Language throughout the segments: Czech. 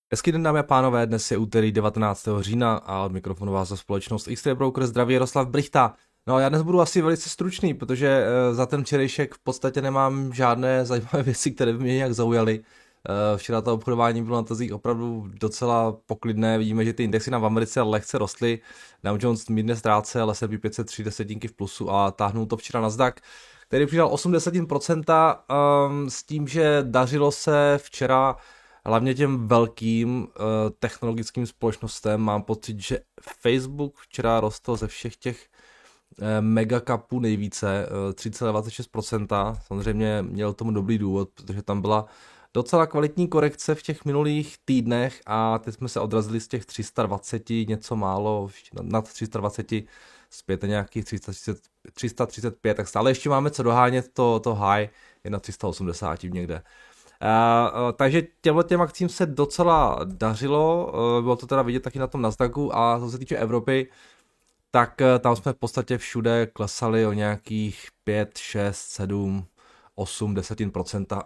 Hezký den, dámy a pánové, dnes je úterý 19. října a od mikrofonu vás za společnost XT Broker zdraví Jaroslav Brichta. No já dnes budu asi velice stručný, protože za ten včerejšek v podstatě nemám žádné zajímavé věci, které by mě nějak zaujaly. Včera to obchodování bylo na trzích opravdu docela poklidné, vidíme, že ty indexy nám v Americe lehce rostly, Dow Jones mírně ztrácel, S&P 500 3 desetinky v plusu a táhnul to včera Nasdaq, který přidal 0,8% s tím, že dařilo se včera hlavně těm velkým technologickým společnostem. Mám pocit, že Facebook včera rostl ze všech těch megacapů nejvíce, 3,26%. Samozřejmě měl tomu dobrý důvod, protože tam byla docela kvalitní korekce v těch minulých týdnech a teď jsme se odrazili z těch 320 něco málo, nad 320 zpět nějakých 335, tak stále ještě máme co dohánět, to high je na 380 někde. Takže těm akcím se docela dařilo, bylo to teda vidět taky na tom Nasdaqu a co se týče Evropy, tak tam jsme v podstatě všude klesali o nějakých 5, 6, 7, 8, 10%.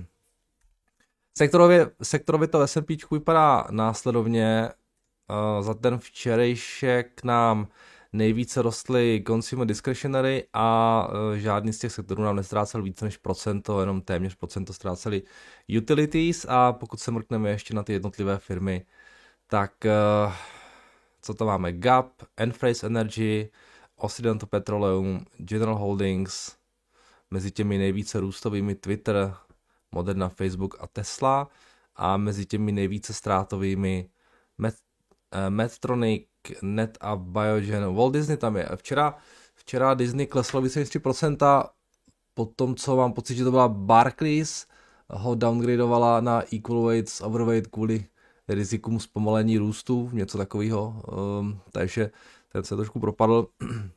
Sektorově to S&P vypadá následovně. Za ten včerejšek nám nejvíce rostly consumer discretionary a žádný z těch sektorů nám nestrácel více než procento, jenom téměř procento ztráceli utilities a pokud se mrkneme ještě na ty jednotlivé firmy, tak co to máme? Gap, Enphase Energy, Occidental Petroleum, General Holdings, mezi těmi nejvíce růstovými Twitter, Moderna, Facebook a Tesla a mezi těmi nejvíce ztrátovými Medtronic, Net a Biogen. Walt Disney tam je. Včera Disney kleslo více než 3%, po tom, co mám pocit, že to byla Barclays, ho downgradovala na equal weights, overweight kvůli rizikům zpomalení růstu, něco takového. Takže ten se trošku propadl.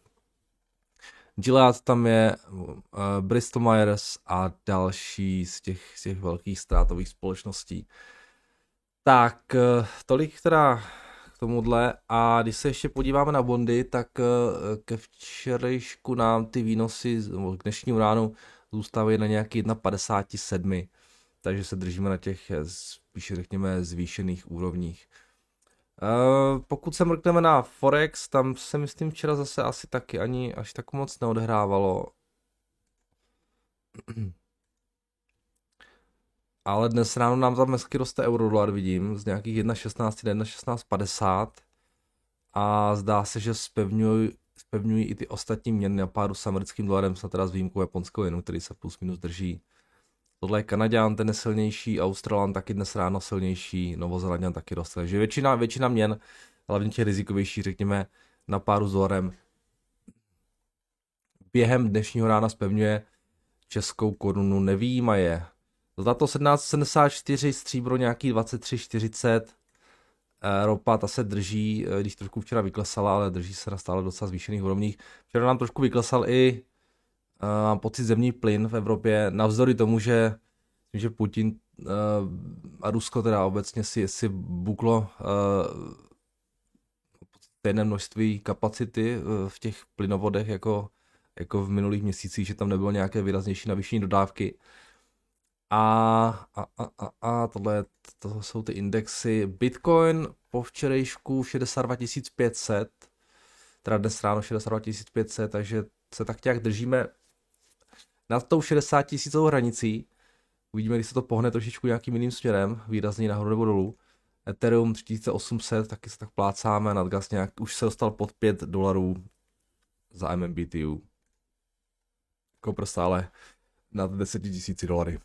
Gilead tam je, Bristol Myers a další z těch velkých ztrátových společností. Tak, tolik teda k tomuhle a když se ještě podíváme na bondy, tak ke včerejšku nám ty výnosy k dnešnímu ránu zůstávají na nějaký 1,57, takže se držíme na těch spíše řekněme zvýšených úrovních. Pokud se mrkneme na Forex, tam se myslím včera zase asi taky ani až tak moc neodehrávalo. Ale dnes ráno nám tam hezky roste eurodolar, vidím, z nějakých 1,16 na 1,1650 a zdá se, že zpevňují i ty ostatní měny na páru s americkým dolarem, snad teda s výjimkou japonského jenu, který se plus minus drží. Tohle je Kanaďan, ten je silnější, Australan taky dnes ráno silnější, Novozelanďan taky roste. Takže většina měn, hlavně těch rizikovější, řekněme, na páru s dolarem, během dnešního rána zpevňuje českou korunu, nevyjímaje. Zlato 17,74, stříbro nějaký 23,40, ropa ta se drží, když trošku včera vyklesala, ale drží se na stále docela zvýšených úrovních. Včera nám trošku vyklesal i mám pocit zemní plyn v Evropě, navzdory tomu, že Putin a Rusko teda obecně si buklo stejné množství kapacity v těch plynovodech jako v minulých měsících, že tam nebylo nějaké výraznější navýšení dodávky. A tohle jsou ty indexy. Bitcoin po včerejšku 62 500, teda dnes ráno 62 500, takže se tak nějak držíme nad tou 60 000 hranicí. Uvidíme, když se to pohne trošičku nějakým jiným směrem, výrazně nahoru nebo dolů. Ethereum 3800, taky se tak plácáme, nadgas nějak, už se dostal pod $5 za MMBTU. Kopr stále nad 10 000 $.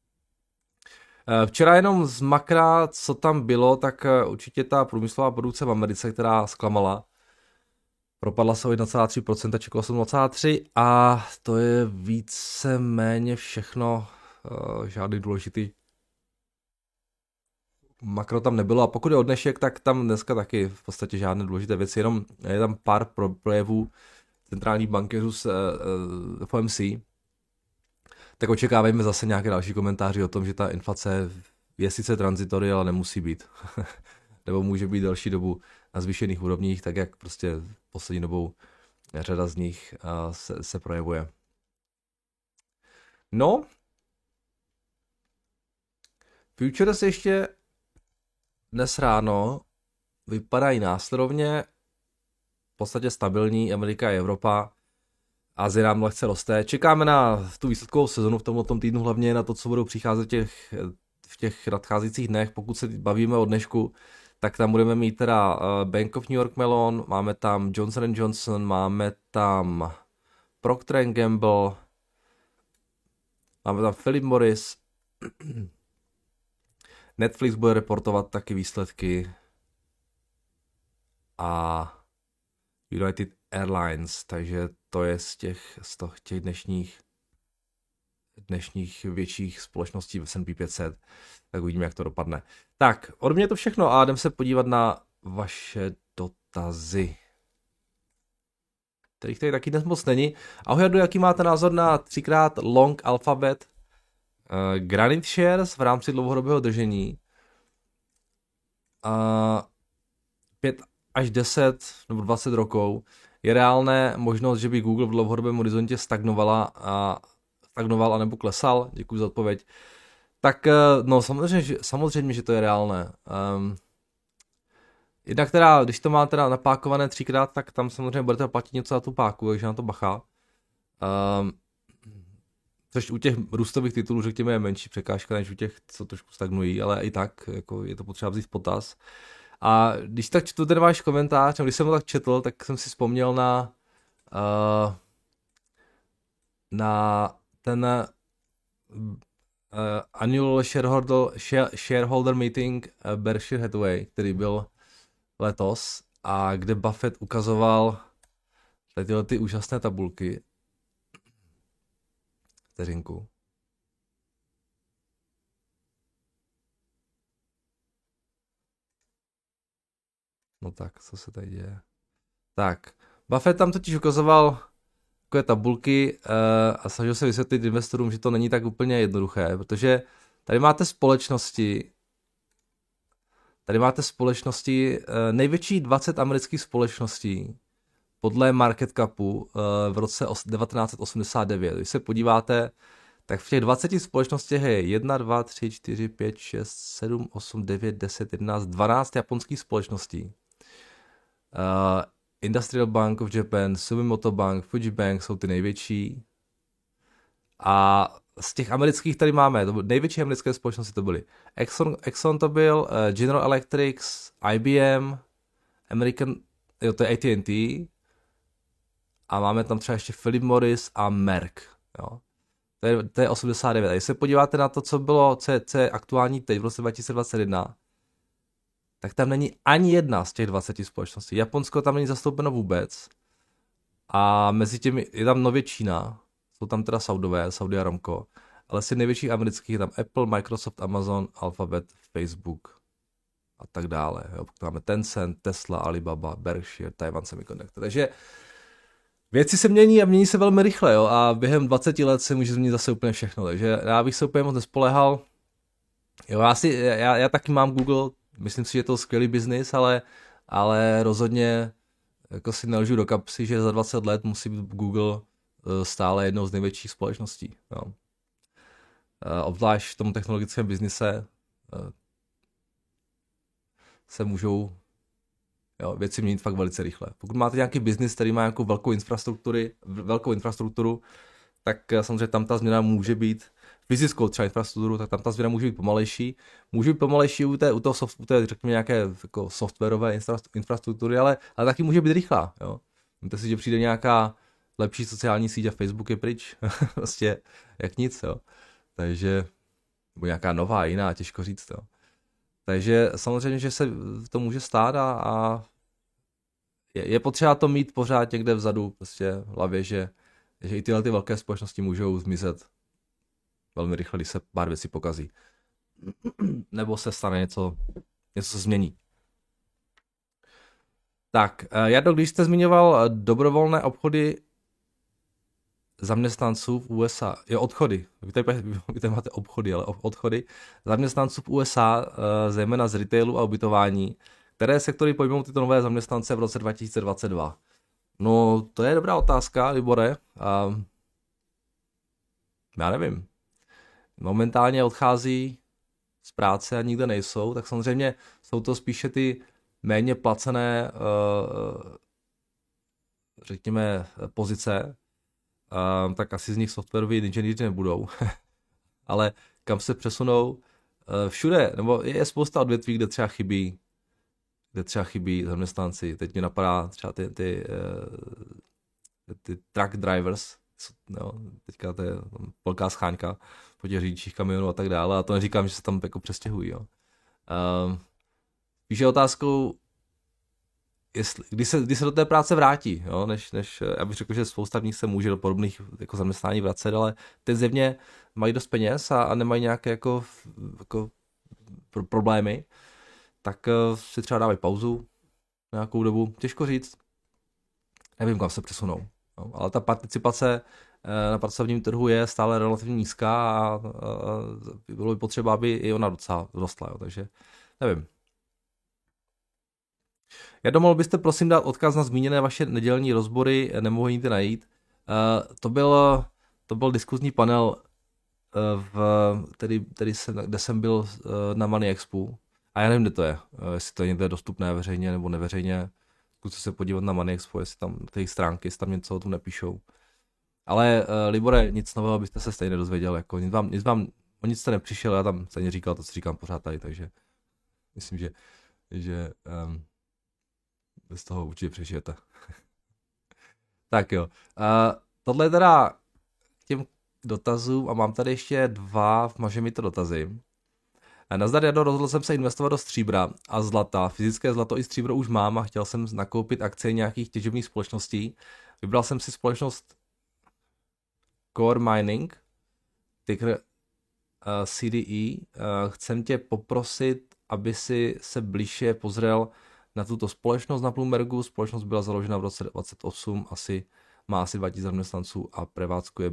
Včera jenom z makra, co tam bylo, tak určitě ta průmyslová produkce v Americe, která zklamala, propadla se o 1,3%, čekalo jsem 0,3 a to je víceméně všechno, žádný důležitý makro tam nebylo a pokud je od dnešek, tak tam dneska taky v podstatě žádné důležité věci, jenom je tam pár projevů centrálních bankéřů z FOMC, tak očekávejme zase nějaké další komentáři o tom, že ta inflace je sice tranzitory, ale nemusí být. Nebo může být další dobu na zvýšených úrovních, tak jak prostě poslední dobou řada z nich se projevuje. No, Futures ještě dnes ráno vypadají následovně v podstatě stabilní Amerika a Evropa. Azie nám lehce roste. Čekáme na tu výsledkovou sezonu v tomto týdnu, hlavně na to, co budou přicházet v těch nadcházejících dnech. Pokud se bavíme o dnešku, tak tam budeme mít teda Bank of New York Mellon, máme tam Johnson Johnson, máme tam Procter Gamble, máme tam Philip Morris, Netflix bude reportovat taky výsledky a United Airlines, takže to je z těch dnešních větších společností v S&P 500, tak uvidíme, jak to dopadne. Tak, od mě je to všechno a jdem se podívat na vaše dotazy, kterých tady taky dnes moc není. Ahoj Jardo, jaký máte názor na 3x long Alphabet Granite Shares v rámci dlouhodobého držení? 5 až 10 nebo 20 rokov. Je reálné možnost, že by Google v dlouhodobém horizontě stagnoval anebo klesal? Děkuji za odpověď. Tak no samozřejmě, že to je reálné. Jednak teda, když to máte napákované 3x, tak tam samozřejmě budete platit něco za tu páku, takže na to bacha. Což u těch růstových titulů, řekněme, je menší překážka, než u těch, co trošku stagnují, ale i tak jako je to potřeba vzít v potaz. A když tak čtu ten váš komentář, když jsem ho tak četl, tak jsem si vzpomněl na ten annual shareholder meeting Berkshire Hathaway, který byl letos a kde Buffett ukazoval tyhle ty úžasné tabulky. Vteřinku. No tak, co se tady děje? Tak, Buffett tam totiž ukazoval takové tabulky a snažil se vysvětlit investorům, že to není tak úplně jednoduché, protože tady máte společnosti, největší 20 amerických společností podle market capu v roce 1989. Když se podíváte, tak v těch 20 společnostech je 1, 2, 3, 4, 5, 6, 7, 8, 9, 10, 11, 12 japonských společností. Industrial Bank of Japan, Sumitomo Bank, Fuji Bank jsou ty největší. A z těch amerických tady máme, největší americké společnosti to byly Exxon to byl, General Electric, IBM, to je AT&T a máme tam třeba ještě Philip Morris a Merck. Jo. To je 89. A když se podíváte na to, co je aktuální teď v roce 2021, tak tam není ani jedna z těch 20 společností. Japonsko tam není zastoupeno vůbec. A mezi těmi je tam nově Čína, jsou tam teda Saudi Aramco, ale z těch největších amerických je tam Apple, Microsoft, Amazon, Alphabet, Facebook a tak dále. Jo. Pokud máme Tencent, Tesla, Alibaba, Berkshire, Taiwan Semiconductor. Takže věci se mění a mění se velmi rychle, jo, a během 20 let se může změnit zase úplně všechno, takže já bych se úplně moc nespoléhal. Jo, já taky mám Google, myslím si, že je to skvělý biznis, ale rozhodně jako si nelžu do kapsy, že za 20 let musí být Google stále jednou z největších společností. Jo. Obzvlášť v tom technologickém biznise se můžou věci měnit fakt velice rychle. Pokud máte nějaký biznis, který má nějakou velkou infrastrukturu, tak samozřejmě tam ta změna může být fyzickou třeba infrastrukturu, tak tam ta změna může být pomalejší. Může být pomalejší u té řekněme, nějaké jako softwarové infrastruktury, ale taky může být rychlá. Jo. Víte si, že přijde nějaká lepší sociální síť a Facebook je pryč. Prostě jak nic. Jo. Takže, nebo nějaká nová, jiná, těžko říct. Jo. Takže samozřejmě, že se to může stát a je potřeba to mít pořád někde vzadu prostě v hlavě, že i tyhle ty velké společnosti můžou zmizet velmi rychle, když se pár věcí pokazí. Nebo se stane něco se změní. Tak, Jardo, když jste zmiňoval dobrovolné obchody zaměstnanců v USA, odchody, vy tady máte obchody, ale odchody zaměstnanců v USA, zejména z retailu a ubytování, které sektory pojmou tyto nové zaměstnance v roce 2022? No, to je dobrá otázka, Libore. Já nevím. Momentálně odchází z práce a nikde nejsou, tak samozřejmě jsou to spíše ty méně placené, řekněme, pozice, tak asi z nich softwaroví inženýři nebudou. Ale kam se přesunou? Všude, nebo je spousta odvětví, kde třeba chybí zaměstnanci. Teď mi napadá třeba ty truck drivers, no, teďka to je velká scháňka po těch řidičích kamionů a tak dále, a to neříkám, že se tam jako přestěhují, jo. Víš, je otázkou, kdy se do té práce vrátí, jo, než já bych řekl, že spousta v nich se může do podobných jako zaměstnání vracet, ale ty zjevně mají dost peněz a nemají nějaké jako problémy, tak si třeba dávají pauzu nějakou dobu, těžko říct, nevím, kam se přesunou. No, ale ta participace na pracovním trhu je stále relativně nízká a bylo by potřeba, aby i ona docela rostla, jo, takže nevím. Mohl byste prosím dát odkaz na zmíněné vaše nedělní rozbory, nemohu nikde najít. To byl diskuzní panel, kde jsem byl na Money Expo a já nevím, kde to je, jestli to je někde dostupné veřejně nebo neveřejně. Zkuste se podívat na Money Expo, jestli tam ty stránky, jestli tam něco o tom nepíšou. Ale Libore, nic nového byste se stejně dozvěděl, jako o nic jste nepřišel, já tam stejně říkal to, co říkám pořád tady, takže myslím, že bez toho určitě přežijete. Tak jo. Tohle je teda k těm dotazům a mám tady ještě dva, maže mi to dotazy. Nazdar, Jado, rozhodl jsem se investovat do stříbra a zlata. Fyzické zlato i stříbro už mám a chtěl jsem nakoupit akcie nějakých těžebních společností. Vybral jsem si společnost Core Mining, ticker CDE. Chcem tě poprosit, aby si se blíže pozrel na tuto společnost na Bloombergu. Společnost byla založena v roce 2028, má asi 2000 zaměstnanců a prevádzkuje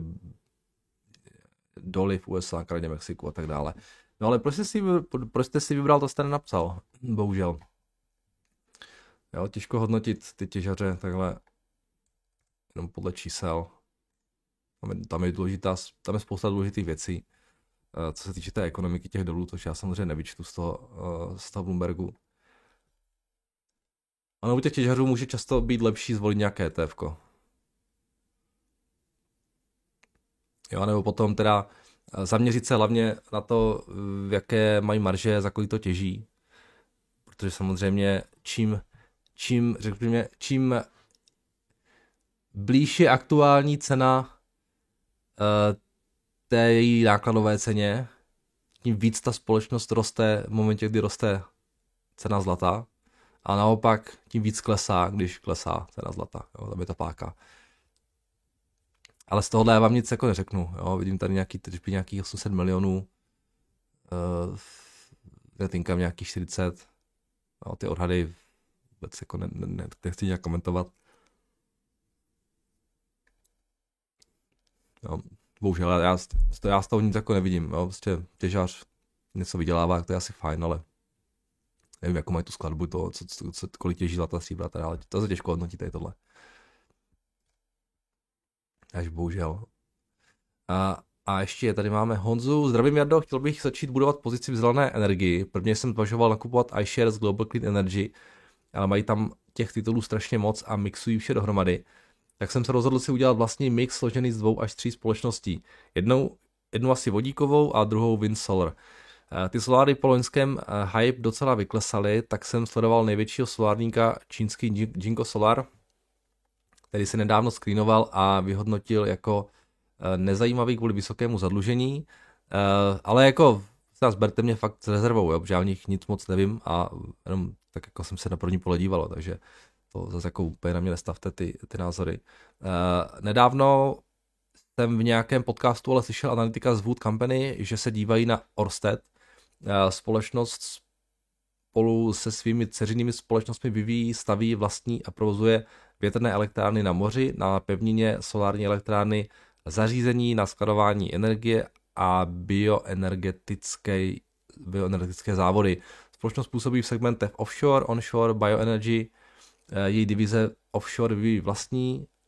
doly v USA, Kanadě, Mexiku a tak dále. No ale proč jste si vybral, to jste nenapsal, bohužel. Jo, těžko hodnotit ty těžaře takhle jenom podle čísel. Tam je spousta důležitých věcí, co se týče té ekonomiky těch dolů, což já samozřejmě nevyčtu z toho Bloombergu. Ano, u těch těžařů může často být lepší zvolit nějaké ETF-ko. Jo, nebo potom teda zaměřit se hlavně na to, v jaké mají marže, za kolik to těží. Protože samozřejmě čím blíž je aktuální cena té její nákladové ceně, tím víc ta společnost roste v momentě, kdy roste cena zlata. A naopak tím víc klesá, když klesá cena zlata. Jo, tam je ta páka. Ale z tohohle já vám nic jako neřeknu. Jo. Vidím tady nějakých 800 milionů. Netinkám nějakých 40. Jo, ty odhady vůbec jako nechci nějak komentovat. Jo, bohužel, já z toho nic jako nevidím. Jo. Prostě těžař něco vydělává, to je asi fajn, ale nevím, jakou mají tu skladbu, kolik těží zlata, stříbra, ale to se těžko hodnotí tady tohle. Až bohužel. A ještě tady máme Honzu. Zdravím, Jardo, chtěl bych začít budovat pozici v zelené energii. Prvně jsem zvažoval nakupovat iShares Global Clean Energy, ale mají tam těch titulů strašně moc a mixují vše dohromady. Tak jsem se rozhodl si udělat vlastní mix složený z 2 až 3 společností. Jednu asi vodíkovou a druhou Wind Solar. Ty soláry po loňském hype docela vyklesaly, tak jsem sledoval největšího solárníka čínský Jinko Solar, který se nedávno screenoval a vyhodnotil jako nezajímavý kvůli vysokému zadlužení, ale jako nás berte mě fakt s rezervou, jo, protože já o nich nic moc nevím a jenom tak jako jsem se na první pole díval, takže to zase jako úplně na mě nestavte ty názory. Nedávno jsem v nějakém podcastu ale slyšel analytika z Wood Company, že se dívají na Ørsted. Společnost spolu se svými dceřinými společnostmi vyvíjí, staví, vlastní a provozuje větrné elektrárny na moři, na pevnině, solární elektrárny, zařízení na skladování energie a bioenergetické závody. Společnost působí v segmentech offshore, onshore, bioenergy. Její divize offshore vyvíjí vlastní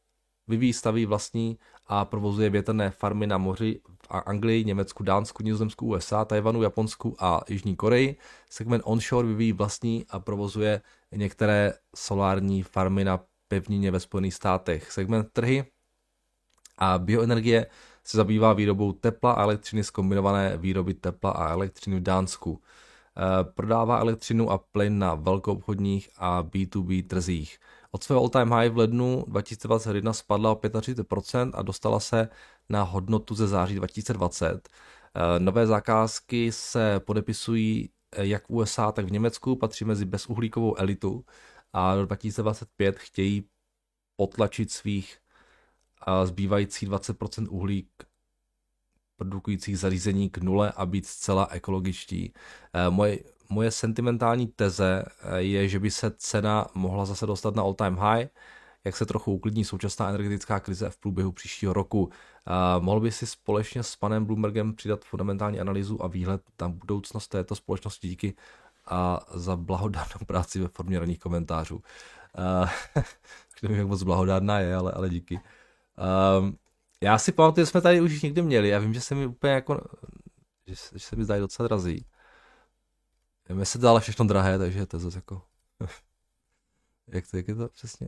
vyvíjí, staví vlastní a provozuje větrné farmy na moři v Anglii, Německu, Dánsku, Nizozemsku, USA, Tajvanu, Japonsku a Jižní Koreji. Segment onshore vyvíjí vlastní a provozuje některé solární farmy na pevnině ve Spojených státech. Segment trhy a bioenergie se zabývá výrobou tepla a elektřiny z kombinované výroby tepla a elektřiny v Dánsku. Prodává elektřinu a plyn na velkoobchodních a B2B trzích. Od svého all-time high v lednu 2021 spadla o 35% a dostala se na hodnotu ze září 2020. Nové zakázky se podepisují jak v USA, tak v Německu, patří mezi bezuhlíkovou elitu a do 2025 chtějí potlačit svých zbývající 20% uhlík produkujících zařízení k nule a být zcela ekologičtí. Moje sentimentální teze je, že by se cena mohla zase dostat na all-time high, jak se trochu uklidní současná energetická krize v průběhu příštího roku. Mohl by si společně s panem Bloombergem přidat fundamentální analýzu a výhled na budoucnost této společnosti díky a za blahodárnou práci ve formě ranních komentářů. Nevím, jak moc blahodárná je, ale díky. Já si pamatuju, že jsme tady už někdy měli. Já vím, že se mi úplně jako, že se mi zdají docela drazí. Mně se dále všechno drahé, takže to je zase jako, jak je to přesně?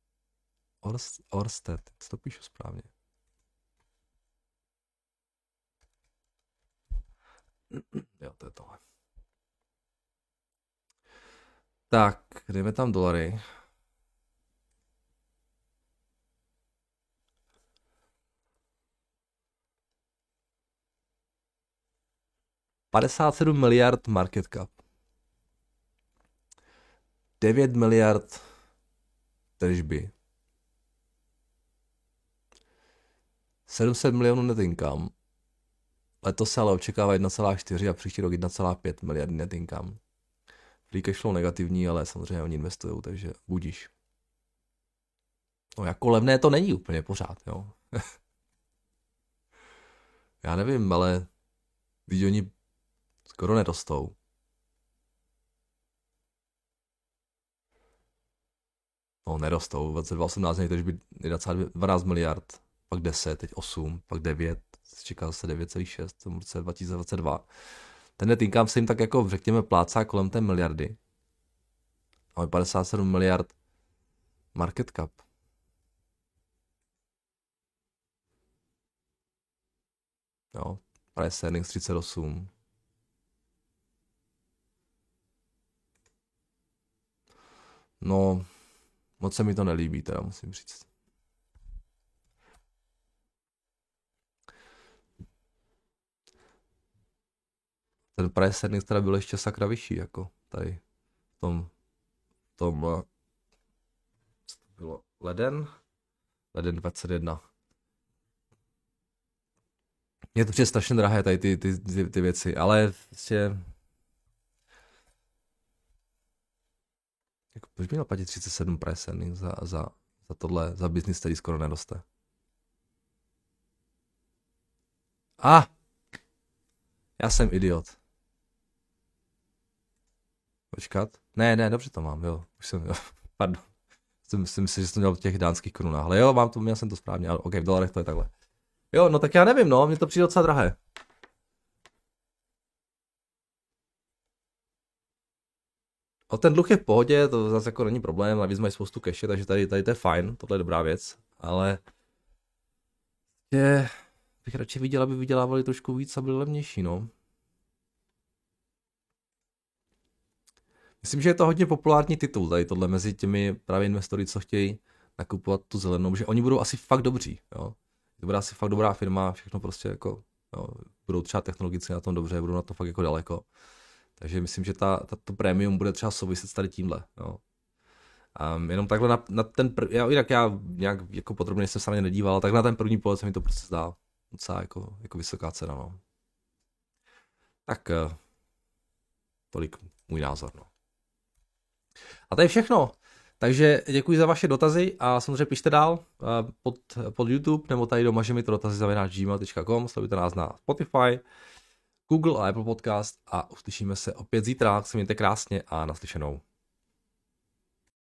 Orsted, to píšu správně. Jo, to je tohle. Tak, dejme tam dolary. $57 miliard market cap. 9 miliard tržby. 700 milionů net income. Letos se ale očekává 1,4 a příští rok 1,5 miliardy net income. Free cash flow negativní, ale samozřejmě oni investují, takže budíš. No jako levné to není úplně pořád, jo. Já nevím, ale když oni skoro nerostou. No nerostou, v 2018 tržby 12 miliard, pak 10, teď 8, pak 9, čeká zase 9,6 v roce 2022. Ten net income se jim tak jako, řekněme, plácá kolem té miliardy. Ale 57 miliard market cap. Jo, price earnings 38. No, moc se mi to nelíbí, teda musím říct. Ten price earnings teda byl ještě sakra vyšší, jako tady v tom co to bylo leden 21. Je to přijde strašně drahé tady ty věci, ale prostě jako, proč by měl platit 37 price earnings za tohle, za business, který skoro neroste? Já jsem idiot. Počkat. Ne, dobře to mám, jo. Už jsem, jo. Pardon. Jsem myslel, že jsem měl v těch dánských korunách, ale jo, měl jsem to správně, ale ok, v dolarech to je takhle. Jo, no tak já nevím, no, mně to přijde docela drahé. Ten dluh je v pohodě, to zase jako není problém, navíc mají spoustu cache, takže tady to je fajn, tohle je dobrá věc, ale bych radši viděl, aby vydělávali trošku víc a byli levnější, no. Myslím, že je to hodně populární titul tady tohle mezi těmi právě investory, co chtějí nakupovat tu zelenou, že oni budou asi fakt dobří, jo. To bude asi fakt dobrá firma, všechno prostě jako, jo, budou třeba technologicky na tom dobře, budou na to fakt jako daleko. Takže myslím, že to prémium bude třeba souviset s tady tímhle, jo. Jenom takhle na ten jinak já nějak jako podrobně jsem se na ně nedíval, tak na ten první pohled se mi to prostě zdá docela jako vysoká cena, no. Tak tolik můj názor, no. A to je všechno. Takže děkuji za vaše dotazy a samozřejmě pište dál pod YouTube nebo tady doma, že mi to dotazy @gmail.com, sledujte nás na Spotify, Google a Apple Podcast a uslyšíme se opět zítra. Se mějte krásně a naslyšenou.